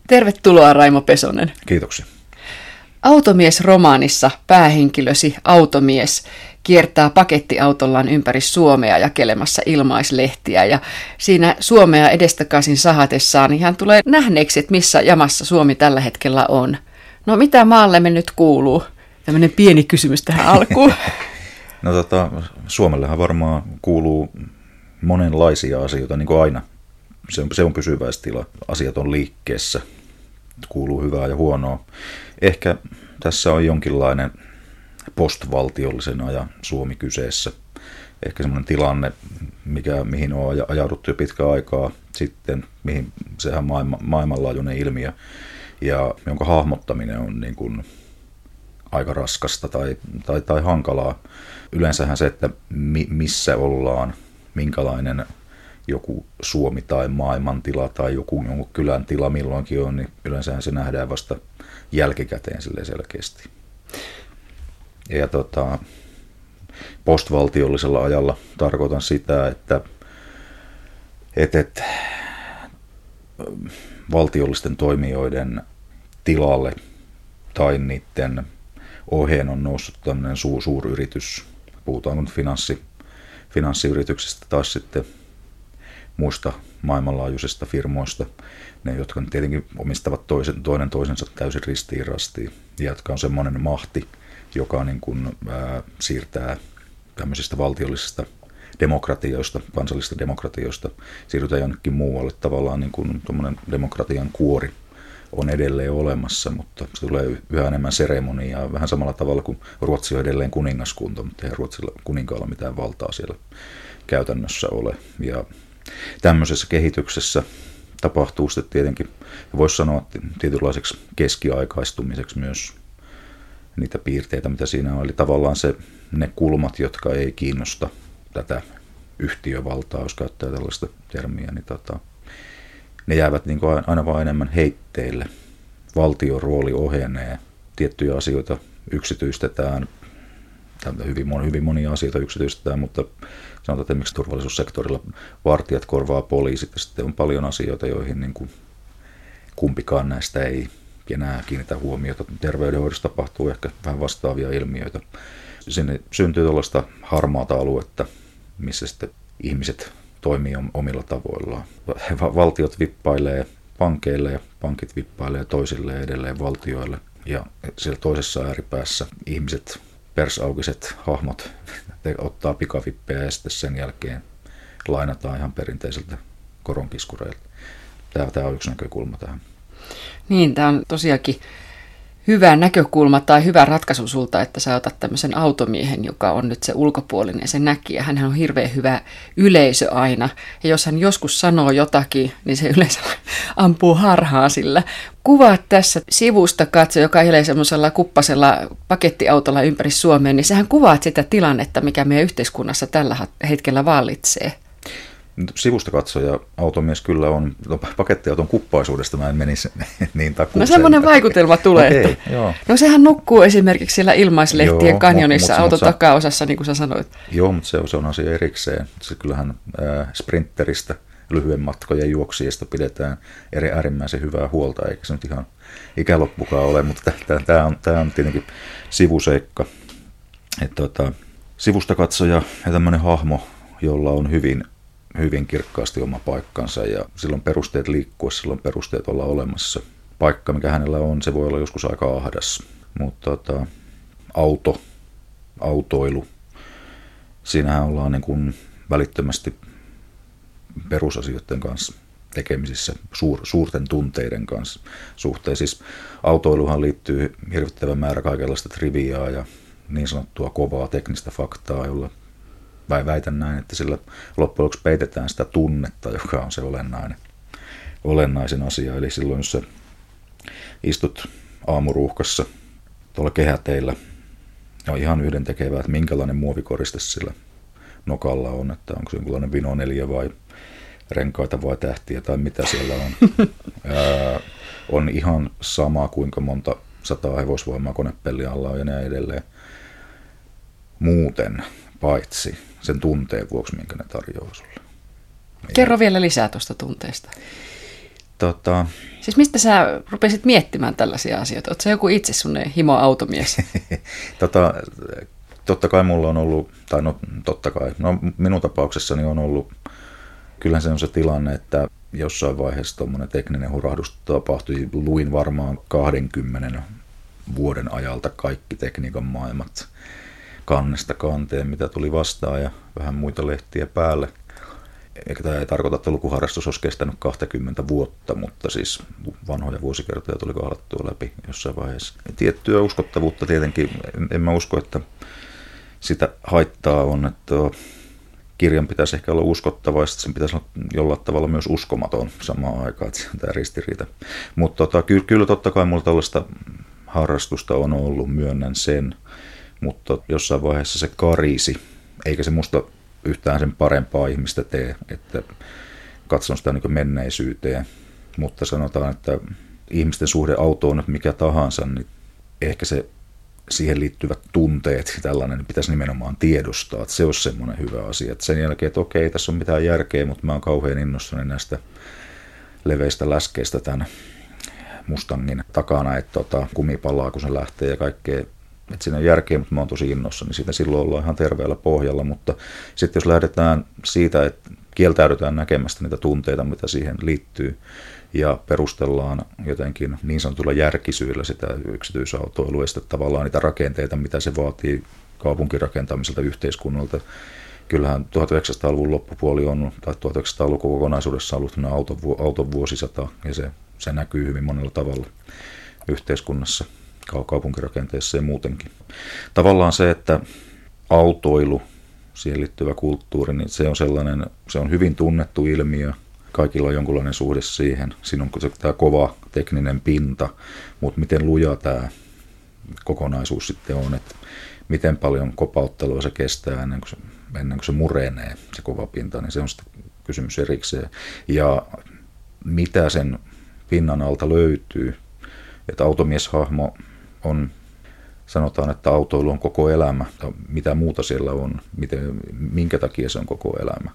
Tervetuloa Raimo Pesonen. Kiitoksia. Automies-romaanissa päähenkilösi automies kiertää pakettiautollaan ympäri Suomea jakelemassa ilmaislehtiä ja siinä Suomea edestakaisin sahatessaan niin hän tulee nähneeksi, että missä jamassa Suomi tällä hetkellä on. No mitä maallemme nyt kuuluu? Tämmöinen pieni kysymys tähän alkuun. No Suomellehan varmaan kuuluu monenlaisia asioita, niin kuin aina. Se on pysyväistila. Asiat on liikkeessä. Kuuluu hyvää ja huonoa. Ehkä tässä on jonkinlainen postvaltiollisen ajan Suomi kyseessä. Ehkä semmoinen tilanne, mihin on ajauduttu jo pitkän aikaa sitten, sehän maailmanlaajuinen ilmiö, ja jonka hahmottaminen on niin kuin aika raskasta tai hankalaa. Yleensähän se, että missä ollaan, minkälainen joku Suomi tai maailmantila tai jonkun kylän tila milloinkin on, niin yleensähän se nähdään vasta jälkikäteen silleen selkeästi. Ja postvaltiollisella ajalla tarkoitan sitä, että valtiollisten toimijoiden tilalle tai niiden oheen on noussut tämmöinen suuryritys. Puhutaan nyt finanssiyrityksistä tai sitten muista maailmanlaajuisista firmoista, ne jotka tietenkin omistavat toinen toisensa täysin ristiin rastiin, ja jotka on semmoinen mahti, joka niin kuin, siirtää tämmöisistä valtiollisista demokratioista, kansallisista demokratioista, siirrytään jonnekin muualle. Tavallaan niin kuin tuommoinen demokratian kuori on edelleen olemassa, mutta se tulee yhä enemmän seremoniaa, vähän samalla tavalla kuin Ruotsi on edelleen kuningaskunta, mutta ei Ruotsilla kuninkaalla mitään valtaa siellä käytännössä ole. Ja tämmöisessä kehityksessä tapahtuu sitten tietenkin, voisi sanoa tietynlaiseksi keskiaikaistumiseksi myös niitä piirteitä, mitä siinä on. Eli tavallaan ne kulmat, jotka ei kiinnosta tätä yhtiövaltaa, jos käyttää tällaista termiä, niin ne jäävät niin kuin aina vaan enemmän heitteille. Valtion rooli ohenee, tiettyjä asioita yksityistetään, hyvin monia asioita yksityistetään, mutta sanotaan, että esimerkiksi turvallisuussektorilla vartijat korvaa poliisit, ja sitten on paljon asioita, joihin niin kuin kumpikaan näistä ei enää kiinnitä huomiota. Terveydenhoidossa tapahtuu ehkä vähän vastaavia ilmiöitä. Sinne syntyy tällaista harmaata aluetta, missä sitten ihmiset toimii omilla tavoillaan. Valtiot vippailee pankeille ja pankit vippailee toisilleen edelleen valtioille. Ja siellä toisessa ääripäässä ihmiset, persaukiset hahmot ottaa pikavippejä ja sitten sen jälkeen lainataan ihan perinteiseltä koronkiskureilta. Tämä on yksi näkökulma tähän. Niin, tämä on tosiaankin hyvä näkökulma tai hyvä ratkaisu sulta, että sä otat tämmöisen automiehen, joka on nyt se ulkopuolinen, se näkijä. Hänhän on hirveän hyvä yleisö aina. Ja jos hän joskus sanoo jotakin, niin se yleensä ampuu harhaan sillä. Kuvaat tässä sivusta katso, joka ajelee semmoisella kuppasella pakettiautolla ympäri Suomea, niin sähän kuvaat sitä tilannetta, mikä meidän yhteiskunnassa tällä hetkellä vallitsee. Sivusta katsoja automies kyllä on, pakettiauton kuppaisuudesta mä en menisi niin takuuseen. No semmoinen vaikutelma tulee. Okay, joo. No sehän nukkuu esimerkiksi siellä ilmaislehtien kanjonissa auton takaosassa, niin kuin sä sanoit. Joo, mutta se on asia erikseen. Se kyllähän sprinteristä, lyhyen matkojen juoksijasta pidetään äärimmäisen hyvää huolta, eikä se nyt ihan ikäloppukaan ole, mutta tämä on tietenkin sivuseikka. Sivusta katsoja ja tämmöinen hahmo, jolla on hyvin kirkkaasti oma paikkansa ja silloin perusteet liikkua, silloin perusteet olla olemassa. Paikka, mikä hänellä on, se voi olla joskus aika ahdas, mutta autoilu, siinähän ollaan niin kuin välittömästi perusasioiden kanssa tekemisissä, suurten tunteiden kanssa suhteen. Siis autoiluhan liittyy hirvittävän määrä kaikenlaista triviaa ja niin sanottua kovaa teknistä faktaa, jolla väitän näin, että sillä loppujen lopuksi peitetään sitä tunnetta, joka on se olennaisin asia. Eli silloin, jos sä istut aamuruuhkassa tuolla kehäteillä, on ihan yhdentekevää, että minkälainen muovikoriste sillä nokalla on, että onko se jonkinlainen vinoneliö vai renkaita vai tähtiä tai mitä siellä on. On ihan sama, kuinka monta 100 hevosvoimaa konepelli alla on ja näin edelleen. Muuten, paitsi sen tunteen vuoksi, minkä ne tarjoaa sulle. Kerro vielä lisää tuosta tunteesta. Siis mistä sä rupesit miettimään tällaisia asioita? Ootko sä joku itse sunne himo automies? Totta kai mulla on ollut, minun tapauksessani on ollut, kyllähän se on se tilanne, että jossain vaiheessa tuommoinen tekninen hurahdus tapahtui. Luin varmaan 20 vuoden ajalta kaikki tekniikan maailmat kannesta kanteen, mitä tuli vastaan ja vähän muita lehtiä päälle. Eikä tämä ei tarkoita, että lukuharrastus olisi kestänyt 20 vuotta, mutta siis vanhoja vuosikertoja tuli kahlattua läpi jossain vaiheessa. Tiettyä uskottavuutta tietenkin, en mä usko, että sitä haittaa on, että kirjan pitäisi ehkä olla uskottava ja sen pitäisi olla jollain tavalla myös uskomaton samaan aikaan, että se on tämä ristiriita. Mutta kyllä totta kai mulla tällaista harrastusta on ollut, myönnän sen, mutta jossain vaiheessa se karisi, eikä se musta yhtään sen parempaa ihmistä tee, että katson sitä niin kuin menneisyyteen, mutta sanotaan, että ihmisten suhde autoon on mikä tahansa, niin ehkä se siihen liittyvät tunteet, tällainen niin pitäisi nimenomaan tiedostaa, että se olisi semmoinen hyvä asia. Että sen jälkeen, että okei, tässä on mitään järkeä, mutta mä oon kauhean innossani näistä leveistä läskeistä tämän Mustangin takana, että kumi palaa, kun se lähtee ja kaikkea. Että siinä on järkeä, mutta mä oon tosi innossani. Siitä silloin ollaan ihan terveellä pohjalla, mutta sitten jos lähdetään siitä, että kieltäydytään näkemästä niitä tunteita, mitä siihen liittyy, ja perustellaan jotenkin niin sanotulla järkisyillä sitä yksityisautoilua ja sitten tavallaan niitä rakenteita, mitä se vaatii kaupunkirakentamiselta yhteiskunnalta. Kyllähän 1900-luvun loppupuoli on, tai 1900-luvun kokonaisuudessa ollut auton vuosisata, ja se näkyy hyvin monella tavalla yhteiskunnassa, kaupunkirakenteessa ja muutenkin. Tavallaan se, että autoilu, siihen liittyvä kulttuuri, niin se on hyvin tunnettu ilmiö. Kaikilla on jonkunlainen suhde siihen. Siinä on tämä kova tekninen pinta, mutta miten luja tämä kokonaisuus sitten on, että miten paljon kopauttelua se kestää ennen kuin se murenee, se kova pinta, niin se on sitten kysymys erikseen. Ja mitä sen pinnan alta löytyy, että automieshahmo on, sanotaan, että autoilu on koko elämä, tai mitä muuta siellä on, minkä takia se on koko elämä.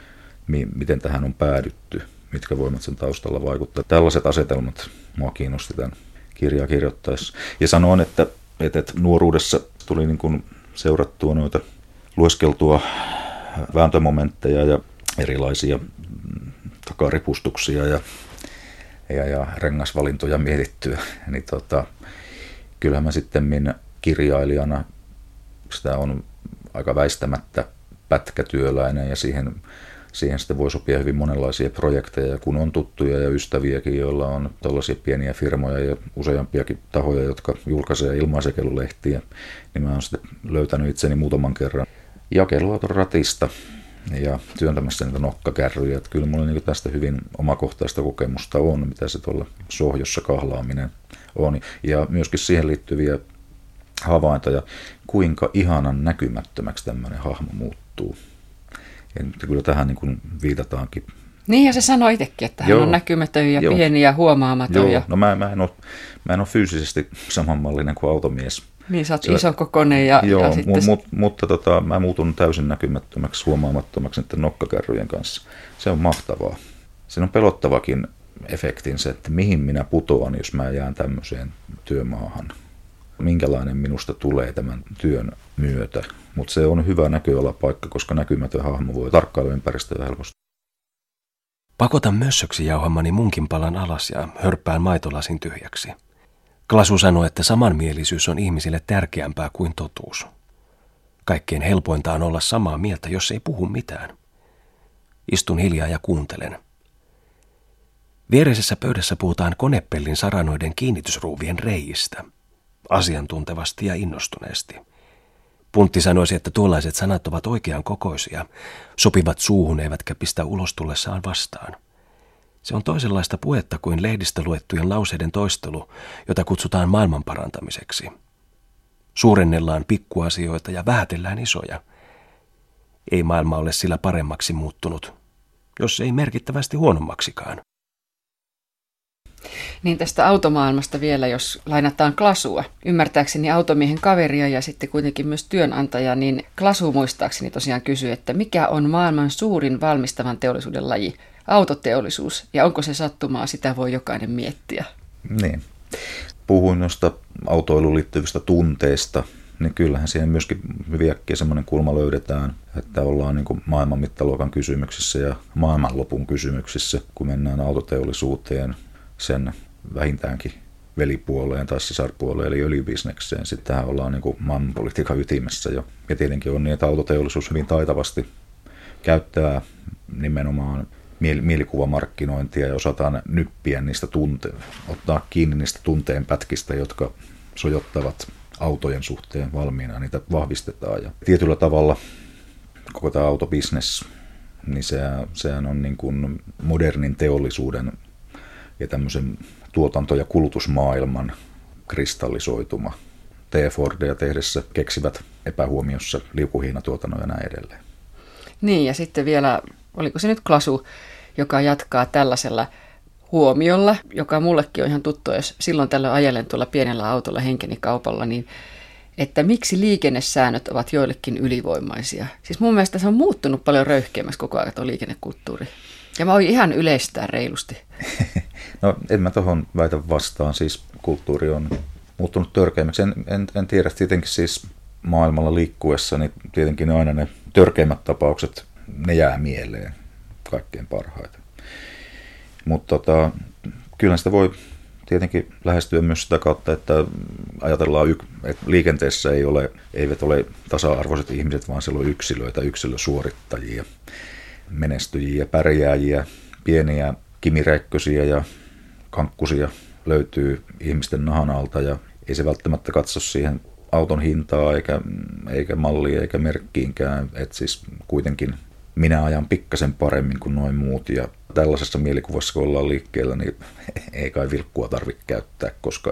Miten tähän on päädytty, mitkä voimat sen taustalla vaikuttaa. Tällaiset asetelmat mua kiinnosti tämän kirjaa kirjoittaessa. Ja sanoin, että nuoruudessa tuli niin kuin seurattua noita lueskeltua vääntömomentteja ja erilaisia takaripustuksia ja rengasvalintoja mietittyä. Niin kyllähän mä sitten kirjailijana, sitä on aika väistämättä pätkätyöläinen ja siihen sitten voi sopia hyvin monenlaisia projekteja, kun on tuttuja ja ystäviäkin, joilla on tällaisia pieniä firmoja ja useampiakin tahoja, jotka julkaisee ilmaisekelulehtiä, niin mä oon sitten löytänyt itseni muutaman kerran jakeluauton ratista ja työntämässä niitä nokkakärryjä. Että kyllä mulla niin tästä hyvin omakohtaista kokemusta on, mitä se tuolla sohjossa kahlaaminen on. Ja myöskin siihen liittyviä havaintoja, kuinka ihanan näkymättömäksi tämmöinen hahmo muuttuu. Ja kyllä tähän niin kuin viitataankin. Niin, ja se sanoi itsekin, että hän on näkymätön ja pieni ja huomaamaton. Joo, no mä en ole fyysisesti samanmallinen kuin automies. Niin, sä oot isokokoinen ja sitten... mutta mä muutun täysin näkymättömäksi, huomaamattomaksi niiden nokkakärryjen kanssa. Se on mahtavaa. Siinä on pelottavakin efektinsä, että mihin minä putoan, jos mä jään tämmöiseen työmaahan. Minkälainen minusta tulee tämän työn myötä. Mutta se on hyvä näköalapaikka, koska näkymätön hahmo voi tarkkailla ympäristöä helposti. Pakotan mössöksi jauhamani munkinpalan alas ja hörppään maitolasin tyhjäksi. Klasu sanoi, että samanmielisyys on ihmisille tärkeämpää kuin totuus. Kaikkein helpointa on olla samaa mieltä, jos ei puhu mitään. Istun hiljaa ja kuuntelen. Viereisessä pöydässä puhutaan konepellin saranoiden kiinnitysruuvien reiistä. Asiantuntevasti ja innostuneesti. Puntti sanoisi, että tuollaiset sanat ovat oikean kokoisia, sopivat suuhun eivätkä pistä ulos tullessaan vastaan. Se on toisenlaista puhetta kuin lehdistä luettujen lauseiden toistelu, jota kutsutaan maailman parantamiseksi. Suurennellaan pikkuasioita ja vähätellään isoja. Ei maailma ole sillä paremmaksi muuttunut, jos ei merkittävästi huonommaksikaan. Niin tästä automaailmasta vielä, jos lainataan Klasua. Ymmärtääkseni automiehen kaveria ja sitten kuitenkin myös työnantaja, niin Klasu muistaakseni tosiaan kysyy, että mikä on maailman suurin valmistavan teollisuuden laji? Autoteollisuus. Ja onko se sattumaa, sitä voi jokainen miettiä. Niin. Puhuin noista autoiluun liittyvistä tunteista, niin kyllähän siihen myöskin hyvin äkkiä semmoinen kulma löydetään, että ollaan niin kuin maailman mittaluokan kysymyksissä ja maailmanlopun kysymyksissä, kun mennään autoteollisuuteen, sen vähintäänkin velipuoleen tai sisarpuoleen, eli öljybisnekseen. Sittenhän ollaan niin kuin maailmanpolitiikan ytimessä jo. Ja tietenkin on niin, että autoteollisuus hyvin taitavasti käyttää nimenomaan mielikuvamarkkinointia ja osataan nyppiä niistä ottaa kiinni niistä tunteenpätkistä, jotka sojottavat autojen suhteen valmiina, niitä vahvistetaan. Ja tietyllä tavalla koko tämä autobisnes, niin sehän on niin kuin modernin teollisuuden ja tämmöisen tuotanto- ja kulutusmaailman kristallisoituma. T-Fordeja tehdessä keksivät epähuomiossa liukuhihnatuotannon ja näin edelleen. Niin, ja sitten vielä, oliko se nyt Klasu, joka jatkaa tällaisella huomiolla, joka mullekin on ihan tuttu, jos silloin tällöin ajelen tuolla pienellä autolla henkeni kaupalla, niin että miksi liikennesäännöt ovat joillekin ylivoimaisia. Siis mun mielestä se on muuttunut paljon röyhkeämmäksi koko ajan tuo liikennekulttuuri. Ja mä voin ihan yleistää reilusti. No en mä tohon väitä vastaan, siis kulttuuri on muuttunut törkeämmäksi. En tiedä, tietenkin siis maailmalla liikkuessa, niin tietenkin aina ne törkeimmät tapaukset, ne jää mieleen kaikkein parhaiten. Mutta kyllä sitä voi tietenkin lähestyä myös sitä kautta, että ajatellaan, että liikenteessä eivät ole tasa-arvoiset ihmiset, vaan siellä on yksilöitä, yksilösuorittajia, menestyjiä, pärjääjiä, pieniä kimiräikkösiä ja kankkusia löytyy ihmisten nahan alta ja ei se välttämättä katso siihen auton hintaa eikä mallia eikä merkkiinkään, että siis kuitenkin minä ajan pikkasen paremmin kuin noin muut ja tällaisessa mielikuvassa kun ollaan liikkeellä, niin ei kai vilkkua tarvitse käyttää, koska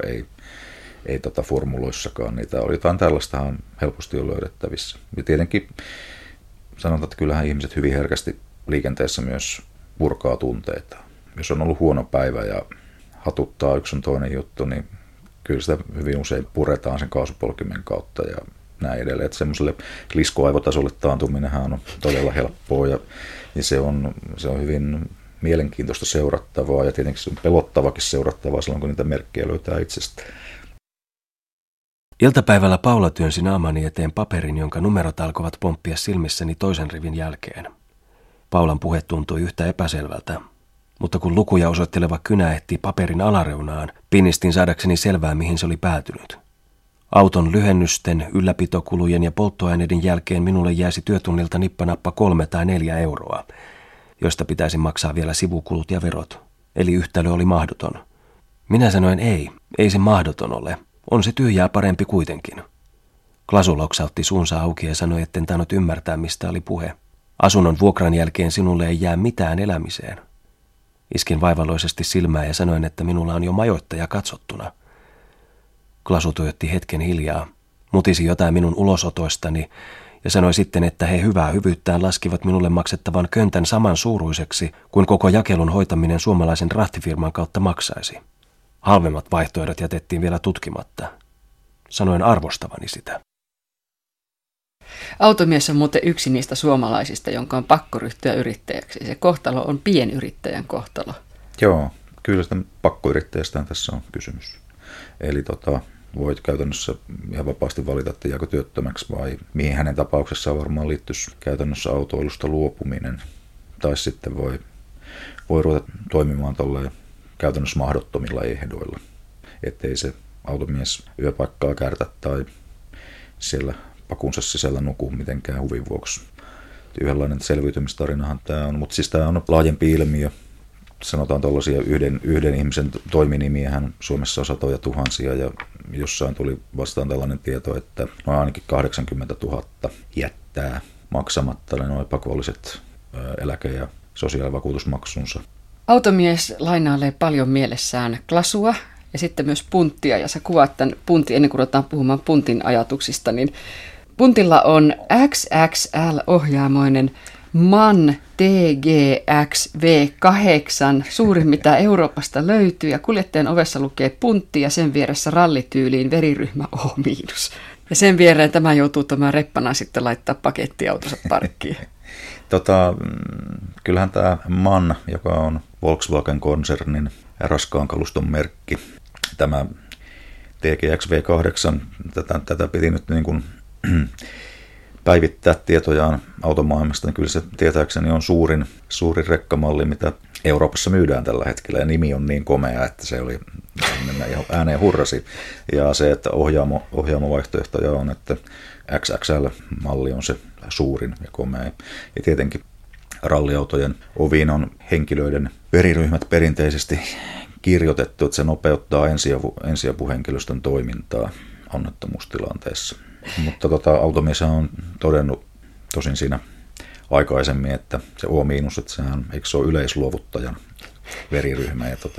ei formuloissakaan niitä ole. Jotain tällaistahan helposti on löydettävissä. Ja tietenkin sanotaan, että kyllähän ihmiset hyvin herkästi liikenteessä myös purkaa tunteita. Jos on ollut huono päivä ja hatuttaa yksi on toinen juttu, niin kyllä sitä hyvin usein puretaan sen kaasupolkimen kautta ja näin edelleen. Että semmoiselle liskoaivotasolle taantuminenhan on todella helppoa ja se on hyvin mielenkiintoista seurattavaa ja tietenkin se on pelottavakin seurattavaa silloin, kun niitä merkkejä löytää itsestään. Iltapäivällä Paula työnsi naamani eteen paperin, jonka numerot alkoivat pomppia silmissäni toisen rivin jälkeen. Paulan puhe tuntui yhtä epäselvältä, mutta kun lukuja osoitteleva kynä ehti paperin alareunaan, pinnistin saadakseni selvää, mihin se oli päätynyt. Auton lyhennysten, ylläpitokulujen ja polttoaineiden jälkeen minulle jäisi työtunnilta nippanappa 3 tai 4 euroa, josta pitäisi maksaa vielä sivukulut ja verot. Eli yhtälö oli mahdoton. Minä sanoin ei se mahdoton ole. On se tyhjää parempi kuitenkin. Klasu loksautti suunsa auki ja sanoi, etten tainnut ymmärtää, mistä oli puhe. Asunnon vuokran jälkeen sinulle ei jää mitään elämiseen. Iskin vaivalloisesti silmää ja sanoin, että minulla on jo majoittaja katsottuna. Klasu tuijotti hetken hiljaa, mutisi jotain minun ulosotoistani ja sanoi sitten, että he hyvää hyvyyttään laskivat minulle maksettavan köntän saman suuruiseksi kuin koko jakelun hoitaminen suomalaisen rahtifirman kautta maksaisi. Halvemmat vaihtoehdot jätettiin vielä tutkimatta. Sanoin arvostavani sitä. Automies on muuten yksi niistä suomalaisista, jonka on pakko ryhtyä yrittäjäksi. Se kohtalo on pienyrittäjän kohtalo. Joo, kyllä sitä pakkoyrittäjästä tässä on kysymys. Eli voit käytännössä ihan vapaasti valita, että jääkö työttömäksi vai mihin hänen tapauksessaan varmaan liittyisi käytännössä autoilusta luopuminen. Tai sitten voi ruveta toimimaan tolleen käytännössä mahdottomilla ehdoilla, ettei se automies yöpaikkaa kärtä tai siellä pakunsa sisällä nuku mitenkään huvin vuoksi. Yhdenlainen selviytymistarinahan tämä on, mutta siis tämä on laajempi ilmiö. Sanotaan tuollaisia yhden ihmisen toiminimiähän Suomessa on satoja tuhansia ja jossain tuli vastaan tällainen tieto, että ainakin 80 000 jättää maksamatta nuo pakolliset eläke- ja sosiaalivakuutusmaksunsa. Automies lainailee paljon mielessään Klasua ja sitten myös punttia, ja sä kuvaat tämän puntin, ennen kuin ruvetaan puhumaan puntin ajatuksista, niin puntilla on XXL-ohjaamoinen MAN TGX V8, suurin mitä Euroopasta löytyy, ja kuljettajan ovessa lukee puntti ja sen vieressä rallityyliin veriryhmä O-. Ja sen viereen tämä joutuu tämä reppana sitten laittaa pakettiautonsa parkkiin. Kyllähän tämä MAN, joka on Volkswagen-konsernin raskaan kaluston merkki, tämä TGX V8, tätä piti nyt niin kuin päivittää tietojaan automaailmasta, niin kyllä se tietääkseni on suurin rekkamalli, mitä Euroopassa myydään tällä hetkellä, ja nimi on niin komea, että se oli ääneen hurrasi. Ja se, että ohjaamovaihtoehtoja on, että XXL-malli on se suurin ja komea. Ja tietenkin ralliautojen oviin on henkilöiden veriryhmät perinteisesti kirjoitettu, että se nopeuttaa ensiapuhenkilöstön toimintaa onnettomuustilanteessa. Mutta automies on todennut tosin siinä aikaisemmin, että se O-, että sehän, eikö se ole yleisluovuttajan veriryhmä, ja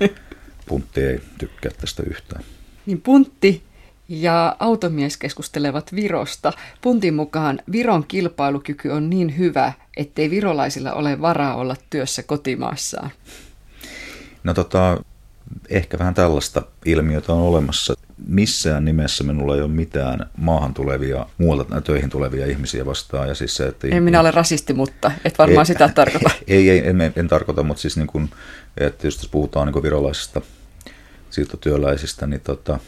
Puntti ei tykkää tästä yhtään. Niin Puntti ja automies keskustelevat Virosta. Puntin mukaan Viron kilpailukyky on niin hyvä, ettei virolaisilla ole varaa olla työssä kotimaassaan. No ehkä vähän tällaista ilmiötä on olemassa. Missään nimessä minulla ei ole mitään maahan tulevia, muualta töihin tulevia ihmisiä vastaan. Ja siis se, että minä ole rasisti, mutta et varmaan sitä tarkoita. En tarkoita, mutta siis niin kuin, että jos puhutaan niin kuin virolaisista siirtotyöläisistä, niin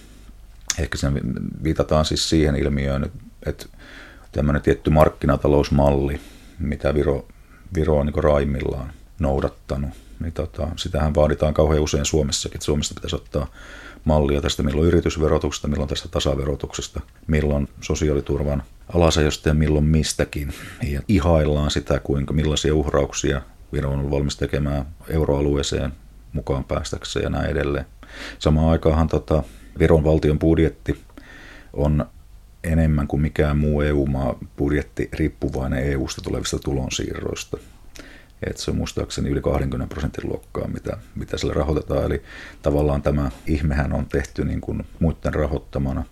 ehkä sen viitataan siis siihen ilmiöön, että tämmöinen tietty markkinatalousmalli, mitä Viro on niin kuin raimmillaan noudattanut, niin sitähän vaaditaan kauhean usein Suomessakin, että Suomesta pitäisi ottaa mallia tästä, milloin yritysverotuksesta, milloin tästä tasaverotuksesta, milloin sosiaaliturvan alasajosta ja milloin mistäkin. Ja ihaillaan sitä, millaisia uhrauksia Viro on valmis tekemään euroalueeseen mukaan päästäkseen ja näin edelleen. Samaan aikaanhan Viron valtion budjetti on enemmän kuin mikään muu EU-maa budjetti riippuvainen EUsta tulevista tulonsiirroista. Että se on muistaakseni yli 20% luokkaa, mitä sillä rahoitetaan. Eli tavallaan tämä ihmehän on tehty niin kuin muiden rahoittamana.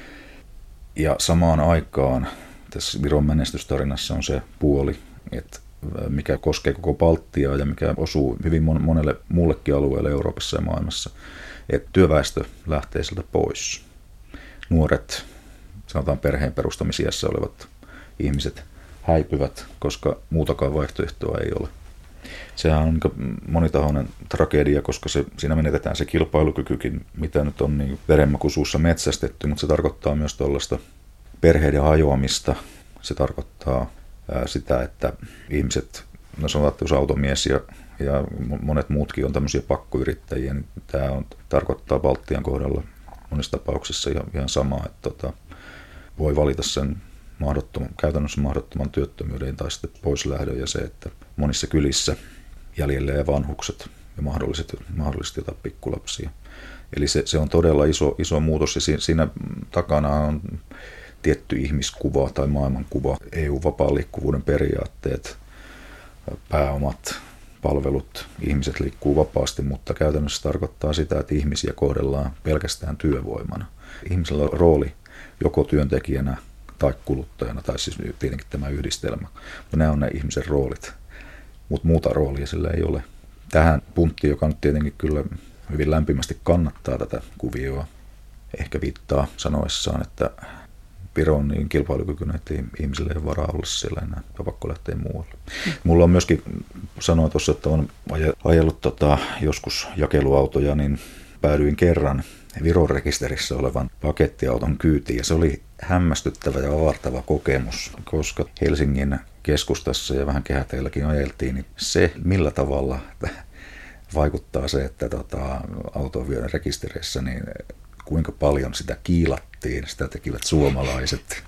Ja samaan aikaan tässä Viron menestystarinassa on se puoli, että mikä koskee koko Baltiaa ja mikä osuu hyvin monelle muullekin alueelle Euroopassa ja maailmassa, että työväestö lähtee sieltä pois. Nuoret, sanotaan perheen perustamisiässä olevat ihmiset häipyvät, koska muutakaan vaihtoehtoa ei ole. Sehän on monitahoinen tragedia, koska siinä menetetään se kilpailukykykin, mitä nyt on niin verenmakuisuussa metsästetty, mutta se tarkoittaa myös tuollaista perheiden hajoamista. Se tarkoittaa sitä, että ihmiset, no sanotaan, että jos automies ja monet muutkin on tämmöisiä pakkoyrittäjiä, niin tämä tarkoittaa Baltian kohdalla monissa tapauksissa ihan samaa, että voi valita sen käytännössä mahdottoman työttömyyden tai sitten poislähdön ja se, että monissa kylissä jäljellä ja vanhukset ja mahdollisesti jotain pikkulapsia. Eli se on todella iso muutos ja siinä takana on tietty ihmiskuva tai maailmankuva, EU-vapaan liikkuvuuden periaatteet, pääomat, palvelut, ihmiset liikkuu vapaasti, mutta käytännössä tarkoittaa sitä, että ihmisiä kohdellaan pelkästään työvoimana. Ihmisellä on rooli joko työntekijänä tai kuluttajana, tai siis tietenkin tämä yhdistelmä. Nämä on ne ihmisen roolit, mutta muuta roolia sillä ei ole. Tähän Puntti, joka nyt tietenkin kyllä hyvin lämpimästi kannattaa tätä kuvioa, ehkä viittaa sanoessaan, että Viro on niin kilpailukykyinen, että ihmisille ei ole varaa olla siellä enää, pakko lähteä muualle. Mulla on myöskin, sanoin tuossa, että olen ajellut joskus jakeluautoja, niin päädyin kerran Viron rekisterissä olevan pakettiauton kyytiin, ja se oli hämmästyttävä ja avartava kokemus, koska Helsingin keskustassa ja vähän kehäteilläkin ajeltiin, niin se millä tavalla vaikuttaa se, että auto on vielä rekistereissä, niin kuinka paljon sitä kiilattiin, sitä tekivät suomalaiset.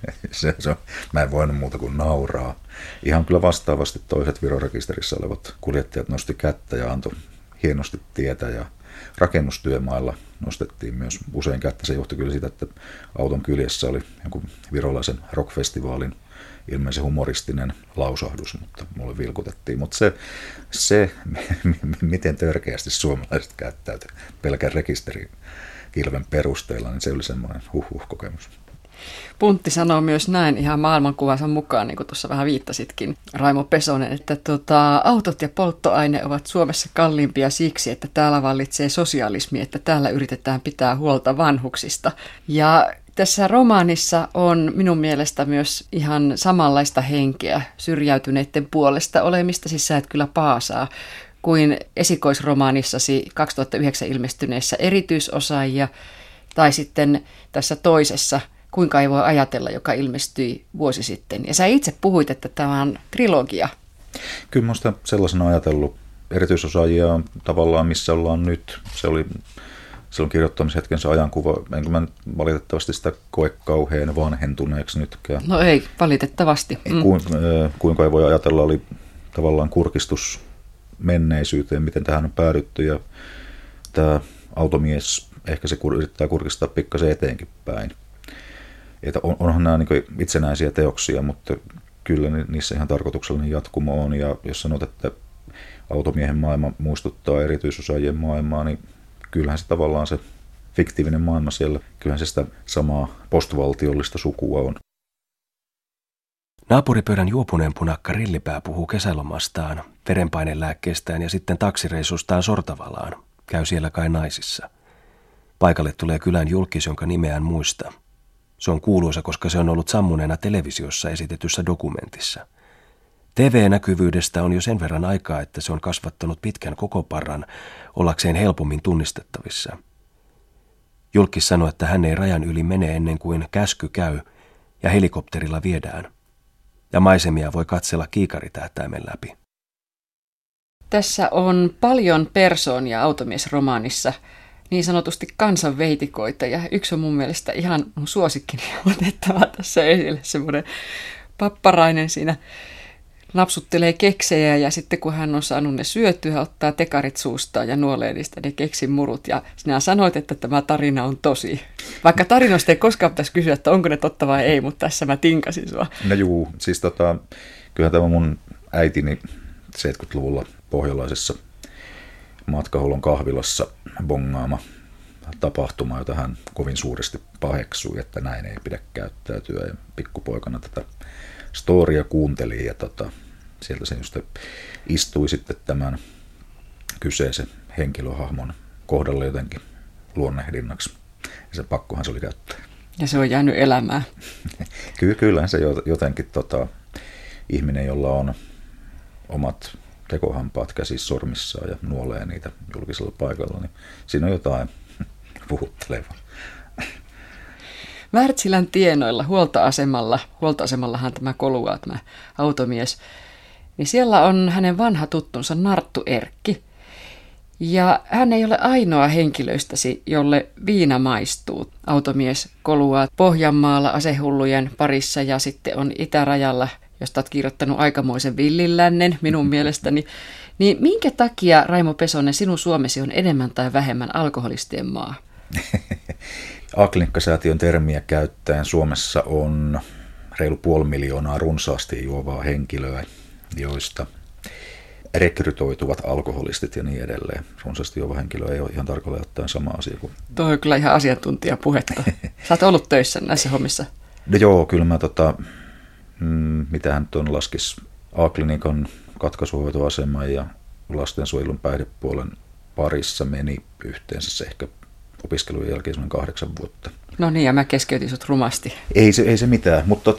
Mä en voinut muuta kuin nauraa. Ihan kyllä vastaavasti toiset Viron rekisterissä olevat kuljettajat nosti kättä ja antoi hienosti tietä, ja rakennustyömailla nostettiin myös usein kättä. Se johtui kyllä siitä, että auton kyljessä oli jonkun virolaisen rockfestivaalin ilmeisen humoristinen lausahdus, mutta mulle vilkutettiin. Mutta se miten törkeästi suomalaiset käyttäytyy pelkän rekisterikilven perusteella, niin se oli semmoinen kokemus. Puntti sanoo myös näin ihan maailmankuvansa mukaan, niin kuin tuossa vähän viittasitkin, Raimo Pesonen, että autot ja polttoaine ovat Suomessa kalliimpia siksi, että täällä vallitsee sosialismi, että täällä yritetään pitää huolta vanhuksista. Ja tässä romaanissa on minun mielestä myös ihan samanlaista henkeä syrjäytyneiden puolesta olemista, siis sä et kyllä paasaa, kuin esikoisromaanissasi 2009 ilmestyneessä Erityisosaajia, tai sitten tässä toisessa Kuinka ei voi ajatella, joka ilmestyi vuosi sitten. Ja sä itse puhuit, että tämä on trilogia. Kyllä mä sitä sellaisena ajatellut. Erityisosaajia tavallaan missä ollaan nyt. Se oli silloin kirjoittamishetken se ajankuva. Enkä mä valitettavasti sitä koe kauhean vanhentuneeksi nytkään. No ei, valitettavasti. Kuinka ei voi ajatella oli tavallaan kurkistus menneisyyteen, miten tähän on päädytty. Ja tämä automies ehkä se yrittää kurkistaa pikkasen eteenkin päin. Että onhan nämä niin itsenäisiä teoksia, mutta kyllä niissä ihan tarkoituksellinen jatkumo on. Ja jos sanot, että automiehen maailma muistuttaa erityisosaajien maailmaa, niin kyllähän se tavallaan se fiktiivinen maailma siellä, kyllähän se sitä samaa postvaltiollista sukua on. Naapuripöydän juopuneen punakka Rillipää puhuu kesälomastaan, verenpainelääkkeestään ja sitten taksireissustaan Sortavalaan. Käy siellä kai naisissa. Paikalle tulee kylän julkis, jonka nimeään muista. Se on kuuluisa, koska se on ollut sammuneena televisiossa esitetyssä dokumentissa. TV-näkyvyydestä on jo sen verran aikaa, että se on kasvattanut pitkän kokoparran ollakseen helpommin tunnistettavissa. Julkis sanoi, että hän ei rajan yli mene ennen kuin käsky käy ja helikopterilla viedään. Ja maisemia voi katsella kiikaritähtäimen läpi. Tässä on paljon persoonia automiesromaanissa, niin sanotusti kansanveitikoita, ja yksi on mun mielestä ihan mun suosikkini otettava tässä esille, semmoinen papparainen siinä napsuttelee keksejä, ja sitten kun hän on saanut ne syötyä, ottaa tekarit suustaan ja nuolee niistä ne keksin murut, ja sinä sanoit, että tämä tarina on tosi. Vaikka tarinoista ei koskaan pitäisi kysyä, että onko ne totta vai ei, mutta tässä mä tinkasin sua. No juu, siis kyllähän tämä mun äitini 70-luvulla pohjalaisessa Matkahuollon kahvilassa bongaama tapahtuma, jota hän kovin suuresti paheksui, että näin ei pidä käyttäytyä. Ja pikkupoikana tätä storia kuunteli ja sieltä se just istui sitten tämän kyseisen henkilöhahmon kohdalle jotenkin luonnehdinnaksi. Ja se pakkohan se oli käyttää. Ja se on jäänyt elämään. Kyllähän se jotenkin ihminen, jolla on omat tekohampaat käsissä sormissaan ja nuolee niitä julkisella paikalla, niin siinä on jotain puhuttelevaa. Wärtsilän tienoilla huoltoasemallahan tämä koluaa, tämä automies, niin siellä on hänen vanha tuttunsa Narttu Erkki. Ja hän ei ole ainoa henkilöistäsi, jolle viina maistuu. Automies koluaa Pohjanmaalla asehullujen parissa ja sitten on itärajalla, josta olet kirjoittanut aikamoisen villinlännen minun mielestäni. Niin minkä takia, Raimo Pesonen, sinun Suomesi on enemmän tai vähemmän alkoholistien maa? A-klinikkasäätiön termiä käyttäen Suomessa on reilu 500 000 runsaasti juovaa henkilöä, joista rekrytoituvat alkoholistit ja niin edelleen. Runsaasti juova henkilö ei ole ihan tarkalleen ottaen sama asia kuin... Tuo on kyllä ihan asiantuntijapuhetta. Sä oot ollut töissä näissä hommissa. No joo, kyllä mä mitähän tuon laskisi A-klinikan katkaisuhoitoaseman ja lastensuojelun päihdepuolen parissa meni yhteensä se ehkä opiskelujen jälkeen semmoinen 8 vuotta. No niin, ja mä keskeytin sut rumasti. Ei se mitään, mutta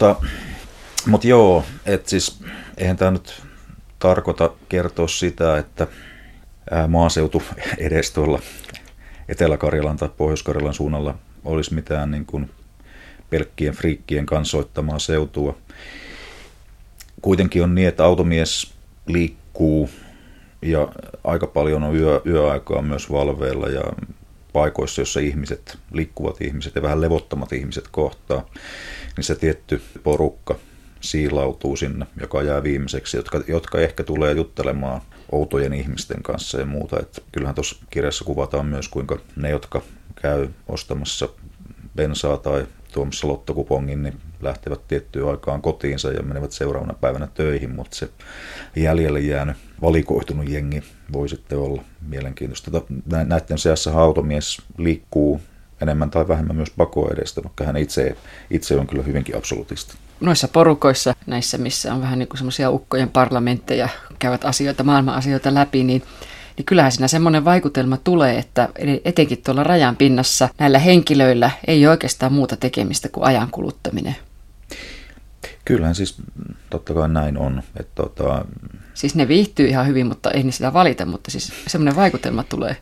joo, että siis eihän tämä nyt tarkoita kertoa sitä, että maaseutu edes tuolla Etelä-Karjalan tai Pohjois-Karjalan suunnalla olisi mitään niin kuin pelkkien friikkien kansoittamaa seutua. Kuitenkin on niin, että automies liikkuu ja aika paljon on yöaikaa myös valveilla ja paikoissa, jossa liikkuvat ihmiset ja vähän levottomat ihmiset kohtaa, niin se tietty porukka siilautuu sinne, joka jää viimeiseksi, jotka ehkä tulee juttelemaan outojen ihmisten kanssa ja muuta. Että kyllähän tuossa kirjassa kuvataan myös, kuinka ne, jotka käy ostamassa bensaa tai tuomassa lottokupongin, niin lähtevät tiettyyn aikaan kotiinsa ja menevät seuraavana päivänä töihin, mutta se jäljelle jäänyt valikoitunut jengi voi sitten olla mielenkiintoista. Näiden seassa automies liikkuu enemmän tai vähemmän myös pakon edestä, vaikka hän itse on kyllä hyvinkin absolutista. Noissa porukoissa, näissä missä on vähän niin kuin semmoisia ukkojen parlamentteja, käyvät asioita, maailman asioita läpi, niin kyllähän siinä semmoinen vaikutelma tulee, että etenkin tuolla rajan pinnassa näillä henkilöillä ei ole oikeastaan muuta tekemistä kuin ajan kuluttaminen. Kyllähän siis totta kai näin on. Siis ne viihtyy ihan hyvin, mutta ei ne sitä valita, mutta siis semmoinen vaikutelma tulee.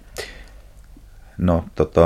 No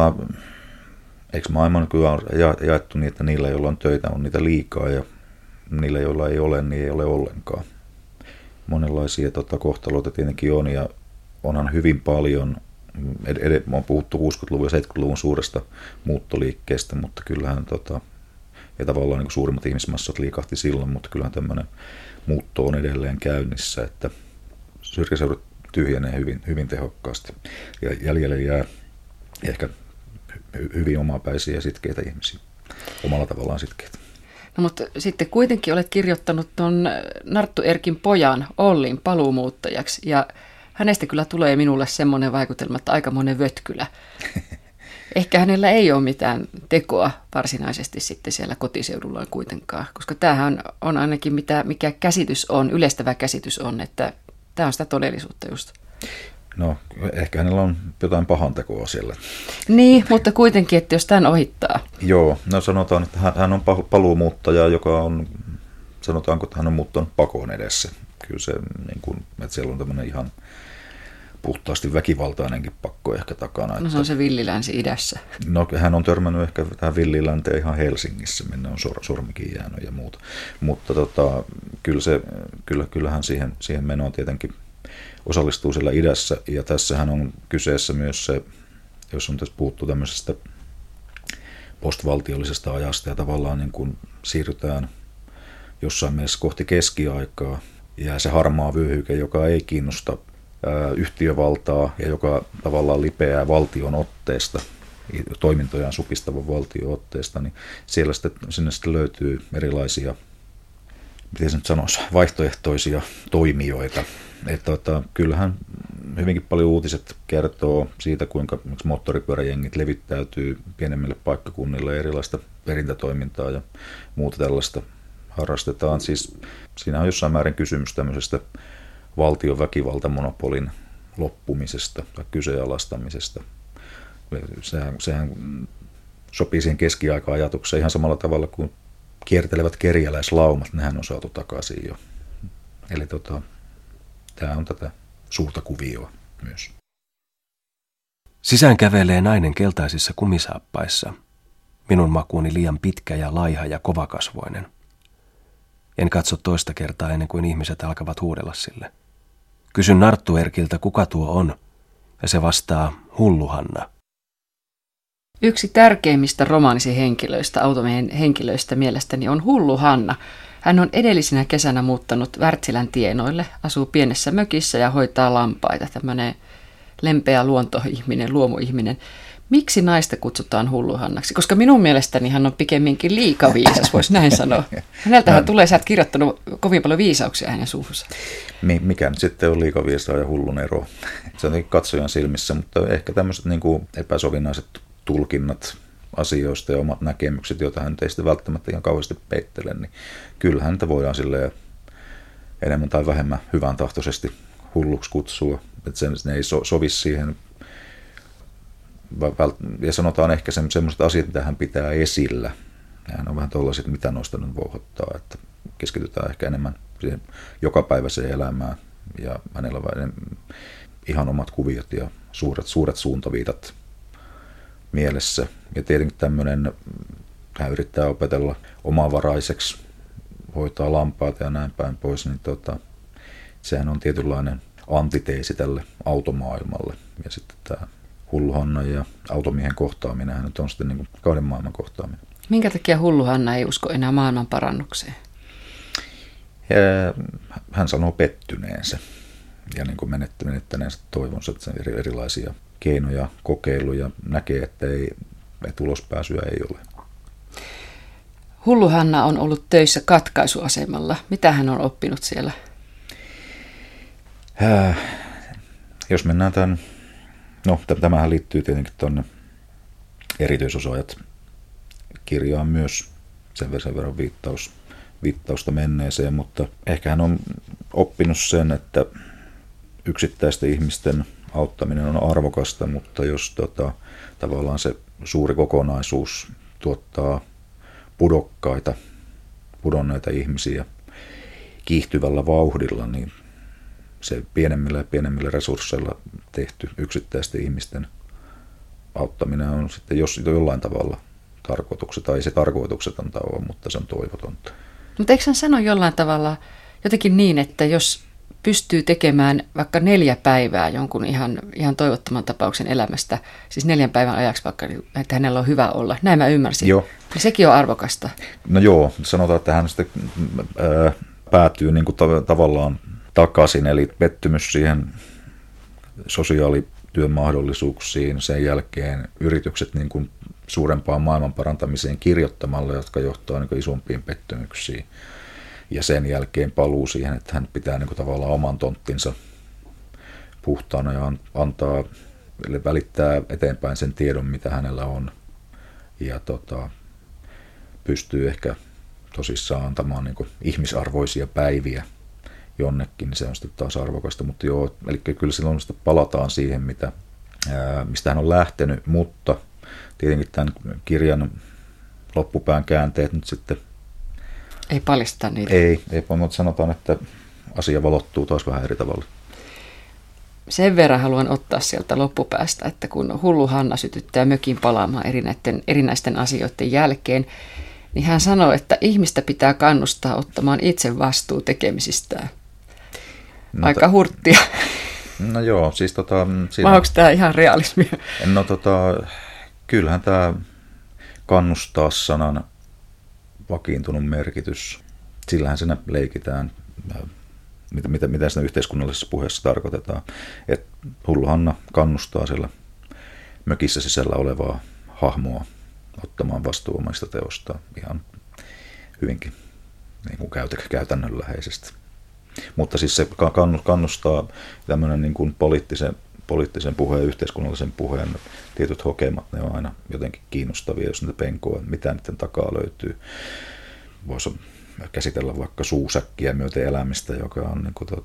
eikö maailman kyllä on jaettu niin, että niillä, joilla on töitä, on niitä liikaa ja niillä, joilla ei ole, niin ei ole ollenkaan. Monenlaisia kohtaloita tietenkin on ja onhan hyvin paljon, on puhuttu 60-luvun ja 70-luvun suuresta muuttoliikkeestä, mutta kyllähän ja tavallaan niin suurimmat ihmismassat liikahti silloin, mutta kyllähän tämmöinen muutto on edelleen käynnissä, että syrjäseudut tyhjenee hyvin, hyvin tehokkaasti ja jäljelle jää ehkä hyvin omapäisiä ja sitkeitä ihmisiä, omalla tavallaan sitkeitä. No, mutta sitten kuitenkin olet kirjoittanut tuon Narttu Erkin pojan Ollin paluumuuttajaksi ja hänestä kyllä tulee minulle semmoinen vaikutelma, että aikamoinen vötkylä. Ehkä hänellä ei ole mitään tekoa varsinaisesti sitten siellä kotiseudullaan kuitenkaan, koska tämähän on ainakin mikä käsitys on, yleistävä käsitys on, että tämä on sitä todellisuutta just. No, ehkä hänellä on jotain pahantekoa siellä. Niin, mutta kuitenkin, että jos tämän ohittaa. Joo, no sanotaan, että hän on paluumuuttaja, joka on, sanotaanko, että hän on muuttanut pakon edessä. Kyllä se, niin kuin, että siellä on tämmöinen ihan puhtaasti väkivaltainenkin pakko ehkä takana. No se on se villilänsi idässä. No hän on törmännyt ehkä tähän villilänteen ihan Helsingissä, minne on sormikin jäänyt ja muuta. Mutta kyllähän siihen menoon tietenkin osallistuu siellä idässä. Ja tässähän on kyseessä myös se, jos on tässä puhuttu tämmöisestä postvaltiollisesta ajasta ja tavallaan niin kuin siirrytään jossain mielessä kohti keskiaikaa. Ja se harmaa vyöhyke, joka ei kiinnosta yhtiövaltaa ja joka tavallaan lipeää valtion otteesta, toimintojaan supistavan valtion otteesta, niin sinne sitten löytyy erilaisia, miten se nyt sanoisi, vaihtoehtoisia toimijoita. Kyllähän hyvinkin paljon uutiset kertoo siitä, kuinka moottoripyöräjengit levittäytyy pienemmille paikkakunnille ja erilaista perintätoimintaa ja muuta tällaista harrastetaan. Siis siinä on jossain määrin kysymys tämmöisestä valtion väkivaltamonopolin loppumisesta tai kyseenalaistamisesta. Sehän sopii siihen keskiaika-ajatukseen ihan samalla tavalla kuin kiertelevät kerjäläislaumat, nehän on saatu takaisin jo. Eli tämä on tätä suurta kuvioa myös. Sisään kävelee nainen keltaisissa kumisaappaissa. Minun makuuni liian pitkä ja laiha ja kovakasvoinen. En katso toista kertaa ennen kuin ihmiset alkavat huudella sille. Kysyn Narttu Erkiltä, kuka tuo on, ja se vastaa Hullu Hanna. Yksi tärkeimmistä romaanisen henkilöistä, automiehen henkilöistä mielestäni on Hullu Hanna. Hän on edellisenä kesänä muuttanut Wärtsilän tienoille, asuu pienessä mökissä ja hoitaa lampaita, tämmöinen lempeä luontoihminen, luomuihminen. Miksi naista kutsutaan Hulluhannaksi? Koska minun mielestäni hän on pikemminkin liikaviisas, voisi näin sanoa. Häneltähän tulee, sä oot kirjoittanut kovin paljon viisauksia hänen suuhunsa. Mikä nyt sitten on liikaviisaa ja hullun ero? Se on katsojan silmissä, mutta ehkä tämmöiset niin kuin epäsovinnaiset tulkinnat asioista ja omat näkemykset, joita hän ei sitten välttämättä ihan kauheasti peittele, niin kyllähän niitä voidaan silleen enemmän tai vähemmän hyvän tahtoisesti hulluksi kutsua. Että ne ei sovi siihen. Ja sanotaan ehkä semmoiset asiat, mitä hän pitää esillä. Hän on vähän tollaiset, mitä noista nyt vouhottaa, että keskitytään ehkä enemmän siihen jokapäiväiseen elämään. Ja hänellä on ihan omat kuviot ja suuret suuntaviitat mielessä. Ja tietenkin tämmöinen, hän yrittää opetella omavaraiseksi, hoitaa lampaita ja näin päin pois, niin sehän on tietynlainen antiteesi tälle automaailmalle. Ja sitten tämä Hullu Hanna ja automiehen kohtaaminen, hän on sitten niin kuin kahden maailman kohtaaminen. Minkä takia Hullu Hanna ei usko enää maailman parannukseen? Hän sanoo pettyneensä ja niin kuin menettäneensä toivonsa, että erilaisia keinoja, kokeiluja, näkee, että ulospääsyä ei ole. Hullu Hanna on ollut töissä katkaisuasemalla. Mitä hän on oppinut siellä? Jos mennään tämän, no tämähän liittyy tietenkin tuonne erityisosaajat kirjaa myös sen verran viittausta menneeseen, mutta ehkä hän on oppinut sen, että yksittäisten ihmisten auttaminen on arvokasta, mutta jos tavallaan se suuri kokonaisuus tuottaa pudonneita ihmisiä kiihtyvällä vauhdilla, niin se pienemmillä ja pienemmillä resursseilla tehty yksittäisten ihmisten auttaminen on sitten jollain tavalla tarkoituksetta, tai ei se tarkoituksetonta ole, mutta se on toivotonta. Mutta eikö hän sano jollain tavalla jotenkin niin, että jos pystyy tekemään vaikka 4 päivää jonkun ihan toivottoman tapauksen elämästä, siis 4 päivän ajaksi vaikka, että hänellä on hyvä olla, näin mä ymmärsin, joo. Niin sekin on arvokasta. No joo, sanotaan, että hän sitten päätyy niin kuin tavallaan takaisin, eli pettymys siihen sosiaalityön mahdollisuuksiin, sen jälkeen yritykset niin kuin suurempaan maailman parantamiseen kirjoittamalla, jotka johtaa niin kuin isompiin pettymyksiin. Ja sen jälkeen paluu siihen, että hän pitää niin kuin tavallaan oman tonttinsa puhtaana ja välittää eteenpäin sen tiedon, mitä hänellä on. Ja pystyy ehkä tosissaan antamaan niin kuin ihmisarvoisia päiviä jonnekin, niin se on sitten taas arvokasta. Mutta joo, eli kyllä silloin sitten palataan siihen, mistä hän on lähtenyt, mutta tietenkin tämän kirjan loppupään käänteet nyt sitten ei paljasta niitä. Ei, mutta sanotaan, että asia valottuu taas vähän eri tavalla. Sen verran haluan ottaa sieltä loppupäästä, että kun hullu Hanna sytyttää mökin palaamaan erinäisten asioiden jälkeen, niin hän sanoo, että ihmistä pitää kannustaa ottamaan itse vastuu tekemisistään. Aika hurttia. No joo, siis vai onko tämä ihan realismia? No kyllähän tämä kannustaa sanan vakiintunut merkitys. Sillähän siinä leikitään, mitä siinä yhteiskunnallisessa puheessa tarkoitetaan. Et hullu Hanna kannustaa siellä mökissä sisällä olevaa hahmoa ottamaan vastuu omista teostaan ihan hyvinkin niin kuin käytännönläheisesti. Mutta siis se kannustaa tämmöinen niin kuin poliittisen puheen, yhteiskunnallisen puheen tietyt hokemat, ne on aina jotenkin kiinnostavia, jos niitä penkoa, mitä niiden takaa löytyy. Voisi käsitellä vaikka suusäkkiä myöten elämistä, joka on niin kuin,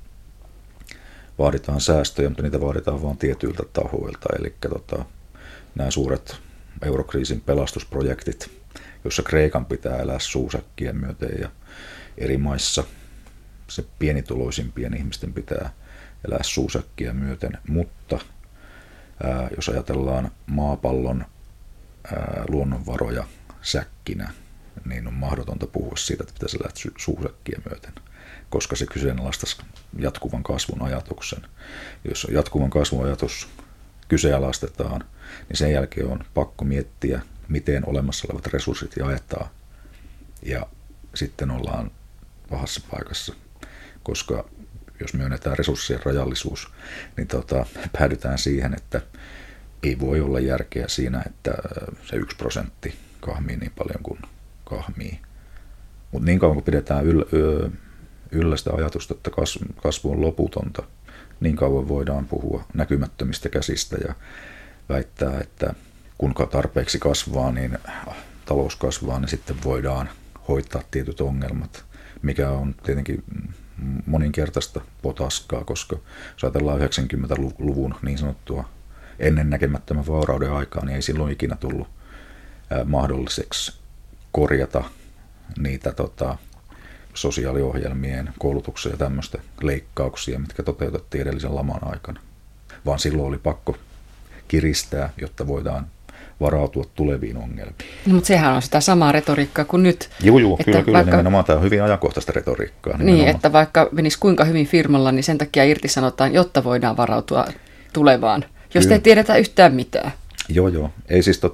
vaaditaan säästöjä, mutta niitä vaaditaan vain tietyiltä tahoilta. Eli nämä suuret eurokriisin pelastusprojektit, jossa Kreikan pitää elää suusäkkiä myöten ja eri maissa se pienituloisimpien ihmisten pitää elää suusäkkiä myöten, mutta jos ajatellaan maapallon luonnonvaroja säkkinä, niin on mahdotonta puhua siitä, että pitäisi elää suusäkkiä myöten, koska se kyseenalaistaisi jatkuvan kasvun ajatuksen. Jos jatkuvan kasvun ajatus kyseenalaistetaan, niin sen jälkeen on pakko miettiä, miten olemassa olevat resurssit jaetaan, ja sitten ollaan pahassa paikassa, koska jos myönnetään resurssien rajallisuus, niin päädytään siihen, että ei voi olla järkeä siinä, että se 1% kahmii niin paljon kuin kahmii. Mutta niin kauan kun pidetään yllä sitä ajatusta, että kasvu on loputonta, niin kauan voidaan puhua näkymättömistä käsistä ja väittää, että kun tarpeeksi kasvaa, niin talous kasvaa, niin sitten voidaan hoitaa tietyt ongelmat, mikä on tietenkin moninkertaista potaskaa, koska jos ajatellaan 90-luvun niin sanottua ennennäkemättömän vaurauden aikaa, niin ei silloin ikinä tullut mahdolliseksi korjata niitä sosiaaliohjelmien, koulutuksen ja tämmöistä leikkauksia, mitkä toteutettiin edellisen laman aikana. Vaan silloin oli pakko kiristää, jotta voidaan varautua tuleviin ongelmiin. No, mutta sehän on sitä samaa retoriikkaa kuin nyt. Joo, kyllä, nimenomaan tämä on hyvin ajankohtaista retoriikkaa. Niin, että vaikka menisi kuinka hyvin firmalla, niin sen takia irtisanotaan, jotta voidaan varautua tulevaan, jos ei tiedetä yhtään mitään. Joo. Ei siis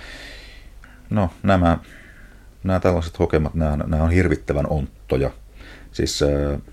no nämä tällaiset hokemat, nämä on hirvittävän onttoja. Siis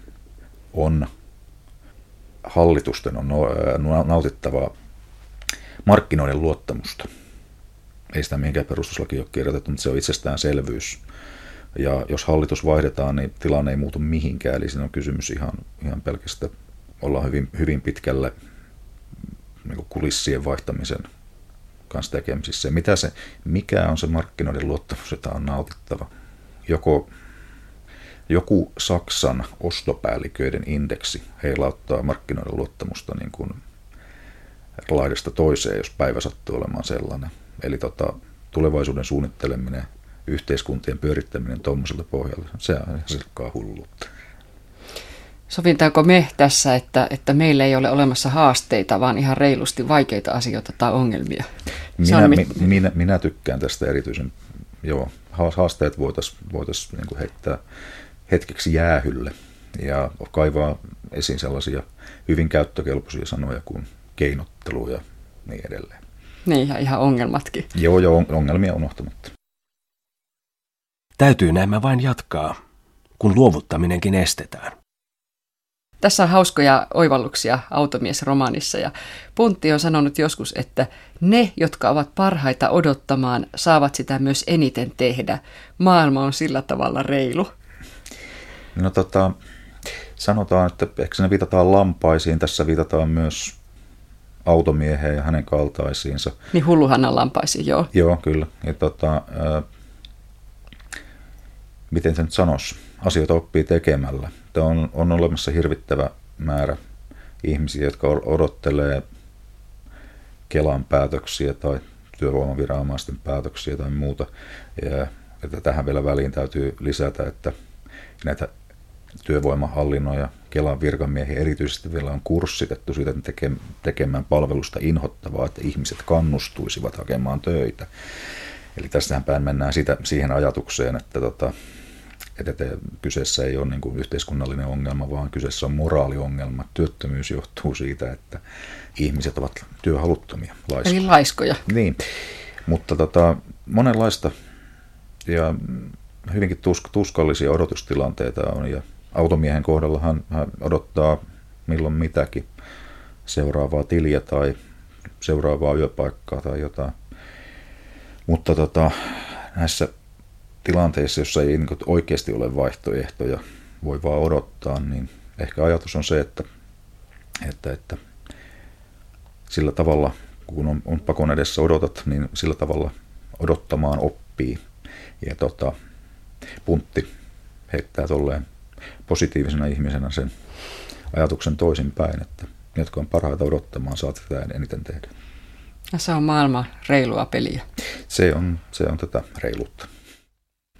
hallitusten on nautittava markkinoiden luottamusta. Ei sitä mihinkään perustuslaki ole kirjoitettu, mutta se on itsestäänselvyys. Ja jos hallitus vaihdetaan, niin tilanne ei muutu mihinkään. Eli siinä on kysymys ihan pelkästään, ollaan hyvin pitkälle niin kuin kulissien vaihtamisen kanssa tekemisissä. Mikä on se markkinoiden luottamus, jota on nautittava? Joku Saksan ostopäälliköiden indeksi heilauttaa markkinoiden luottamusta niin kuin laidasta toiseen, jos päivä sattuu olemaan sellainen. Eli tulevaisuuden suunnitteleminen, yhteiskuntien pyörittäminen tuommoiselta pohjalta, se on silkkaa hulluutta. Sovintaako me tässä, että meillä ei ole olemassa haasteita, vaan ihan reilusti vaikeita asioita tai ongelmia? Minä tykkään tästä erityisen. Joo, haasteet voitaisiin niin kuin heittää hetkeksi jäähylle ja kaivaa esiin sellaisia hyvin käyttökelpoisia sanoja kuin keinottelu ja niin edelleen. Niin, ja ihan ongelmatkin. Joo, ongelmia unohtamatta. Täytyy näemmä vain jatkaa, kun luovuttaminenkin estetään. Tässä on hauskoja oivalluksia Automies-romaanissa, ja Puntti on sanonut joskus, että ne, jotka ovat parhaita odottamaan, saavat sitä myös eniten tehdä. Maailma on sillä tavalla reilu. No sanotaan, että ehkä ne viitataan lampaisiin, tässä viitataan myös automieheen ja hänen kaltaisiinsa. Niin hulluhannan lampaisiin, joo. Joo, kyllä. Ja miten se nyt sanoisi? Asioita oppii tekemällä. On olemassa hirvittävä määrä ihmisiä, jotka odottelee Kelan päätöksiä tai työvoimaviranomaisten päätöksiä tai muuta. Ja että tähän vielä väliin täytyy lisätä, että näitä työvoimahallinnon ja Kelan virkamiehiä erityisesti vielä on kurssitettu siitä tekemään palvelusta inhottavaa, että ihmiset kannustuisivat hakemaan töitä. Eli tästähän päin mennään siihen ajatukseen, että kyseessä ei ole niin kuin yhteiskunnallinen ongelma, vaan kyseessä on moraaliongelma. Työttömyys johtuu siitä, että ihmiset ovat työhaluttomia. Eli laiskoja. Niin, mutta monenlaista ja hyvinkin tuskallisia odotustilanteita on, ja automiehen kohdalla hän odottaa milloin mitäkin, seuraavaa tiliä tai seuraavaa yöpaikkaa tai jotain. Mutta näissä tilanteissa, jossa ei niin oikeasti ole vaihtoehtoja, voi vaan odottaa, niin ehkä ajatus on se, että sillä tavalla, kun on pakon edessä odotat, niin sillä tavalla odottamaan oppii. Ja Puntti heittää tolleen positiivisena ihmisenä sen ajatuksen toisinpäin, että ne, jotka on parhaita odottamaan, saat sitä eniten tehdä. Ja se on maailman reilua peliä. Se on tätä reiluutta.